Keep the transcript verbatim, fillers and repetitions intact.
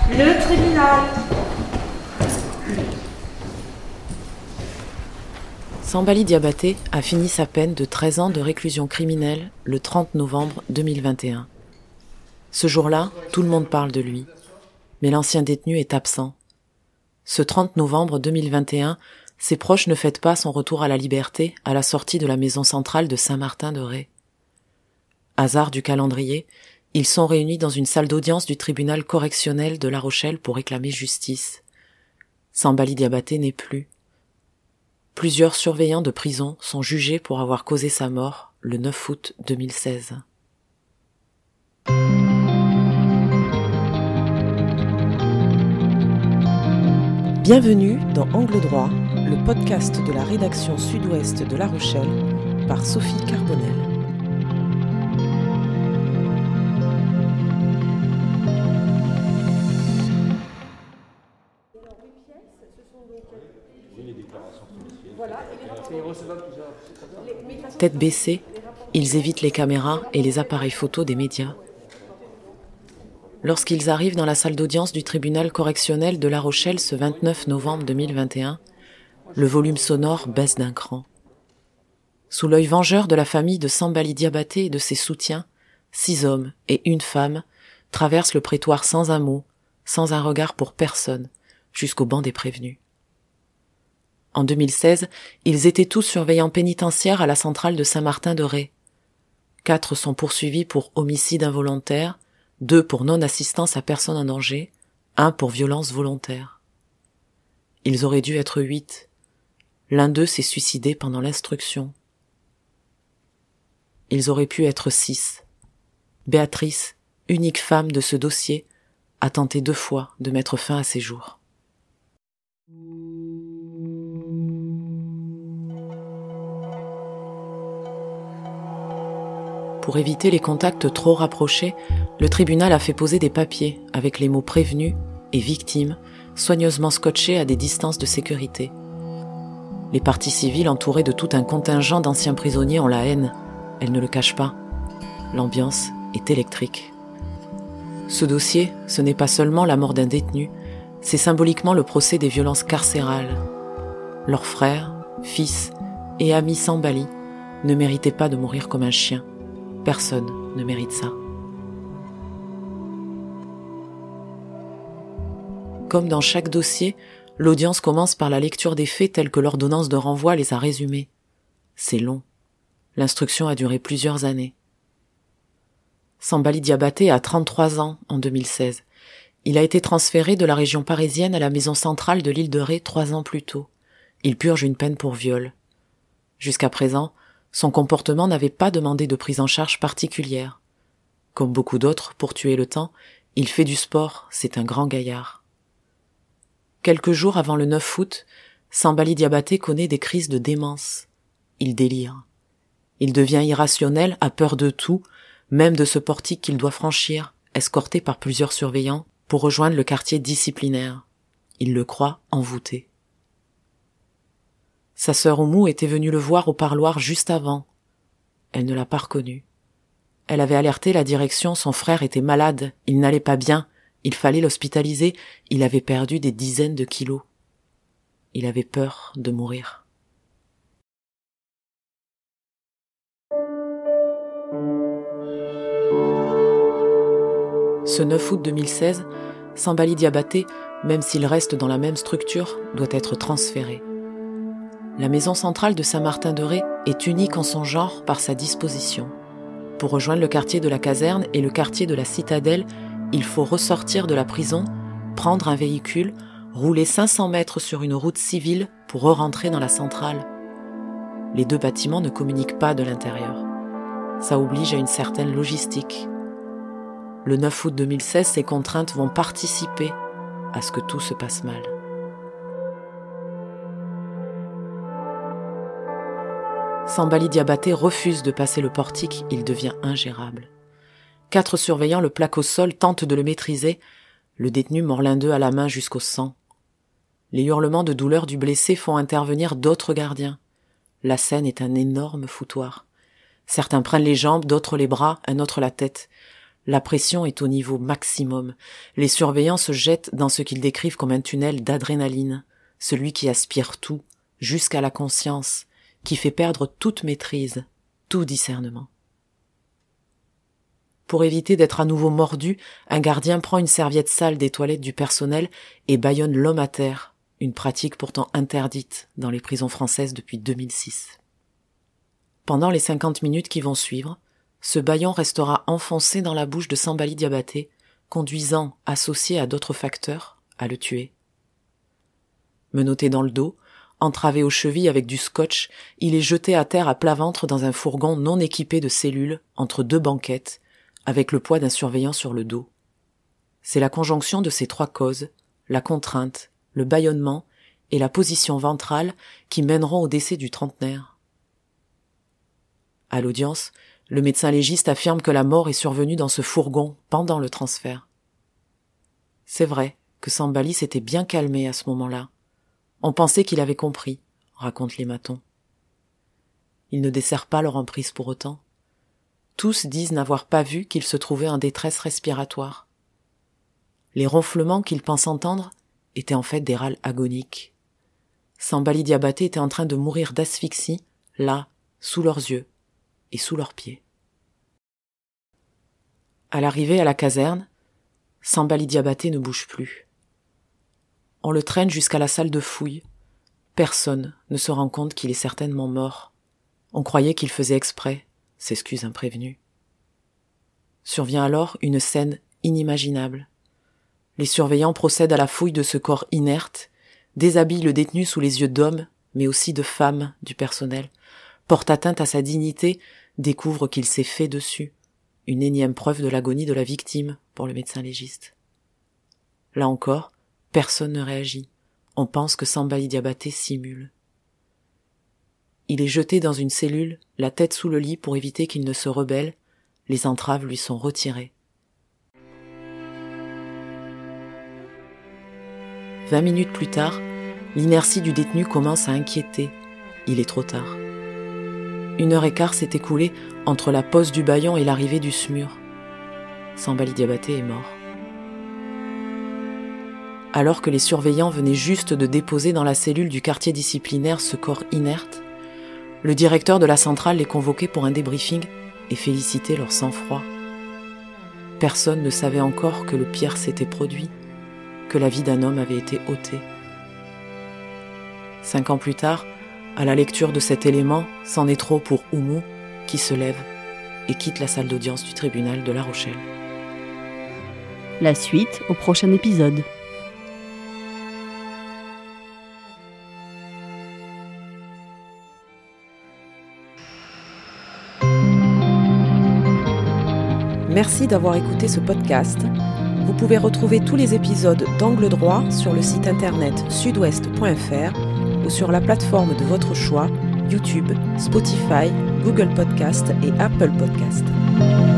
Le tribunal. Sambali Diabaté a fini sa peine de treize ans de réclusion criminelle le trente novembre deux mille vingt et un. Ce jour-là, tout le monde parle de lui. Mais l'ancien détenu est absent. Ce trente novembre deux mille vingt et un, ses proches ne fêtent pas son retour à la liberté à la sortie de la maison centrale de Saint-Martin-de-Ré. Hasard du calendrier, ils sont réunis dans une salle d'audience du tribunal correctionnel de La Rochelle pour réclamer justice. Sambali Diabaté n'est plus. Plusieurs surveillants de prison sont jugés pour avoir causé sa mort le neuf août deux mille seize. Bienvenue dans Angle droit, le podcast de la rédaction sud-ouest de La Rochelle par Sophie Carbonel. Tête baissée, ils évitent les caméras et les appareils photos des médias. Lorsqu'ils arrivent dans la salle d'audience du tribunal correctionnel de La Rochelle ce vingt-neuf novembre deux mille vingt et un, le volume sonore baisse d'un cran. Sous l'œil vengeur de la famille de Sambali Diabaté et de ses soutiens, six hommes et une femme traversent le prétoire sans un mot, sans un regard pour personne, jusqu'au banc des prévenus. En deux mille seize, ils étaient tous surveillants pénitentiaires à la centrale de Saint-Martin-de-Ré. Quatre sont poursuivis pour homicide involontaire, deux pour non-assistance à personne en danger, un pour violence volontaire. Ils auraient dû être huit. L'un d'eux s'est suicidé pendant l'instruction. Ils auraient pu être six. Béatrice, unique femme de ce dossier, a tenté deux fois de mettre fin à ses jours. Pour éviter les contacts trop rapprochés, le tribunal a fait poser des papiers avec les mots prévenus et victimes soigneusement scotchés à des distances de sécurité. Les parties civiles entourées de tout un contingent d'anciens prisonniers ont la haine. Elles ne le cachent pas. L'ambiance est électrique. Ce dossier, ce n'est pas seulement la mort d'un détenu, c'est symboliquement le procès des violences carcérales. Leurs frères, fils et amis Sambali ne méritaient pas de mourir comme un chien. Personne ne mérite ça. Comme dans chaque dossier, l'audience commence par la lecture des faits tels que l'ordonnance de renvoi les a résumés. C'est long. L'instruction a duré plusieurs années. Sambali Diabaté a trente-trois ans en deux mille seize. Il a été transféré de la région parisienne à la maison centrale de l'île de Ré trois ans plus tôt. Il purge une peine pour viol. Jusqu'à présent, son comportement n'avait pas demandé de prise en charge particulière. Comme beaucoup d'autres, pour tuer le temps, il fait du sport, c'est un grand gaillard. Quelques jours avant le neuf août, Sambali Diabaté connaît des crises de démence. Il délire. Il devient irrationnel, a peur de tout, même de ce portique qu'il doit franchir, escorté par plusieurs surveillants, pour rejoindre le quartier disciplinaire. Il le croit envoûté. Sa sœur Oumou était venue le voir au parloir juste avant. Elle ne l'a pas reconnu. Elle avait alerté la direction, son frère était malade, il n'allait pas bien, il fallait l'hospitaliser, il avait perdu des dizaines de kilos. Il avait peur de mourir. Ce neuf août deux mille seize, Sambali Diabaté, même s'il reste dans la même structure, doit être transféré. La maison centrale de Saint-Martin-de-Ré est unique en son genre par sa disposition. Pour rejoindre le quartier de la caserne et le quartier de la citadelle, il faut ressortir de la prison, prendre un véhicule, rouler cinq cents mètres sur une route civile pour re-rentrer dans la centrale. Les deux bâtiments ne communiquent pas de l'intérieur. Ça oblige à une certaine logistique. Le neuf août deux mille seize, ces contraintes vont participer à ce que tout se passe mal. Sambali Diabaté refuse de passer le portique, il devient ingérable. Quatre surveillants le plaquent au sol, tentent de le maîtriser. Le détenu mord l'un d'eux à la main jusqu'au sang. Les hurlements de douleur du blessé font intervenir d'autres gardiens. La scène est un énorme foutoir. Certains prennent les jambes, d'autres les bras, un autre la tête. La pression est au niveau maximum. Les surveillants se jettent dans ce qu'ils décrivent comme un tunnel d'adrénaline, celui qui aspire tout, jusqu'à la conscience, qui fait perdre toute maîtrise, tout discernement. Pour éviter d'être à nouveau mordu, un gardien prend une serviette sale des toilettes du personnel et bâillonne l'homme à terre, une pratique pourtant interdite dans les prisons françaises depuis deux mille six. Pendant les cinquante minutes qui vont suivre, ce bâillon restera enfoncé dans la bouche de Sambali Diabaté, conduisant, associé à d'autres facteurs, à le tuer. Menotté dans le dos, entravé aux chevilles avec du scotch, il est jeté à terre à plat ventre dans un fourgon non équipé de cellules, entre deux banquettes, avec le poids d'un surveillant sur le dos. C'est la conjonction de ces trois causes, la contrainte, le bâillonnement et la position ventrale qui mèneront au décès du trentenaire. À l'audience, le médecin légiste affirme que la mort est survenue dans ce fourgon pendant le transfert. C'est vrai que Sambali s'était bien calmé à ce moment-là. On pensait qu'il avait compris, racontent les matons. Il ne dessert pas leur emprise pour autant. Tous disent n'avoir pas vu qu'il se trouvait en détresse respiratoire. Les ronflements qu'ils pensent entendre étaient en fait des râles agoniques. Sambali Diabaté était en train de mourir d'asphyxie, là, sous leurs yeux et sous leurs pieds. À l'arrivée à la caserne, Sambali Diabaté ne bouge plus. On le traîne jusqu'à la salle de fouille. Personne ne se rend compte qu'il est certainement mort. On croyait qu'il faisait exprès, s'excuse un prévenu. Survient alors une scène inimaginable. Les surveillants procèdent à la fouille de ce corps inerte, déshabillent le détenu sous les yeux d'hommes, mais aussi de femmes du personnel, portent atteinte à sa dignité, découvrent qu'il s'est fait dessus. Une énième preuve de l'agonie de la victime pour le médecin légiste. Là encore, personne ne réagit. On pense que Sambali Diabaté simule. Il est jeté dans une cellule, la tête sous le lit pour éviter qu'il ne se rebelle. Les entraves lui sont retirées. Vingt minutes plus tard, l'inertie du détenu commence à inquiéter. Il est trop tard. Une heure et quart s'est écoulée entre la pose du bâillon et l'arrivée du S M U R. Sambali Diabaté est mort. Alors que les surveillants venaient juste de déposer dans la cellule du quartier disciplinaire ce corps inerte, le directeur de la centrale les convoquait pour un débriefing et félicitait leur sang-froid. Personne ne savait encore que le pire s'était produit, que la vie d'un homme avait été ôtée. Cinq ans plus tard, à la lecture de cet élément, c'en est trop pour Oumou, qui se lève et quitte la salle d'audience du tribunal de La Rochelle. La suite au prochain épisode. Merci d'avoir écouté ce podcast. Vous pouvez retrouver tous les épisodes d'Angle Droit sur le site internet sudouest point f r ou sur la plateforme de votre choix, YouTube, Spotify, Google Podcast et Apple Podcast.